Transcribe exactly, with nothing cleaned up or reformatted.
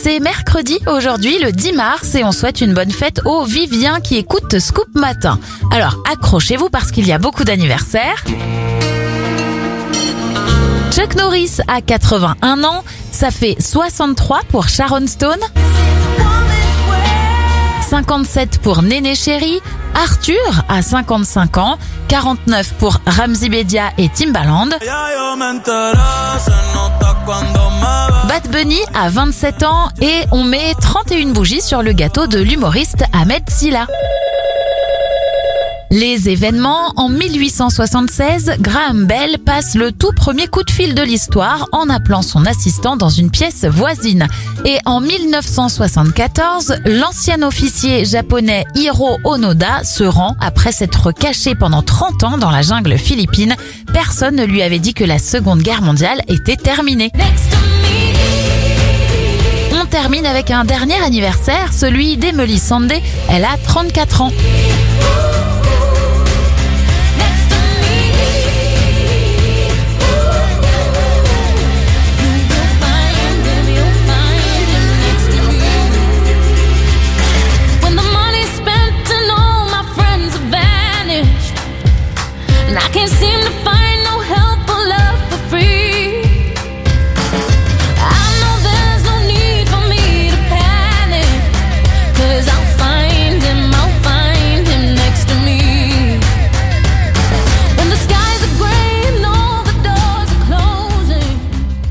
C'est mercredi aujourd'hui, le dix mars, et on souhaite une bonne fête aux Vivien qui écoutent Scoop Matin. Alors accrochez-vous parce qu'il y a beaucoup d'anniversaires. Chuck Norris a quatre-vingt-un ans, ça fait soixante-trois pour Sharon Stone, cinquante-sept pour Néné Chéri, Arthur a cinquante-cinq ans, quarante-neuf pour Ramzy Bedia et Timbaland, Bad Bunny a vingt-sept ans et on met trente et une bougies sur le gâteau de l'humoriste Ahmed Silla. Les événements, en mille huit cent soixante-seize, Graham Bell passe le tout premier coup de fil de l'histoire en appelant son assistant dans une pièce voisine. Et en mille neuf cent soixante-quatorze, l'ancien officier japonais Hiro Onoda se rend après s'être caché pendant trente ans dans la jungle philippine. Personne ne lui avait dit que la Seconde Guerre mondiale était terminée. On termine avec un dernier anniversaire, celui d'Emily Sandé. Elle a trente-quatre ans.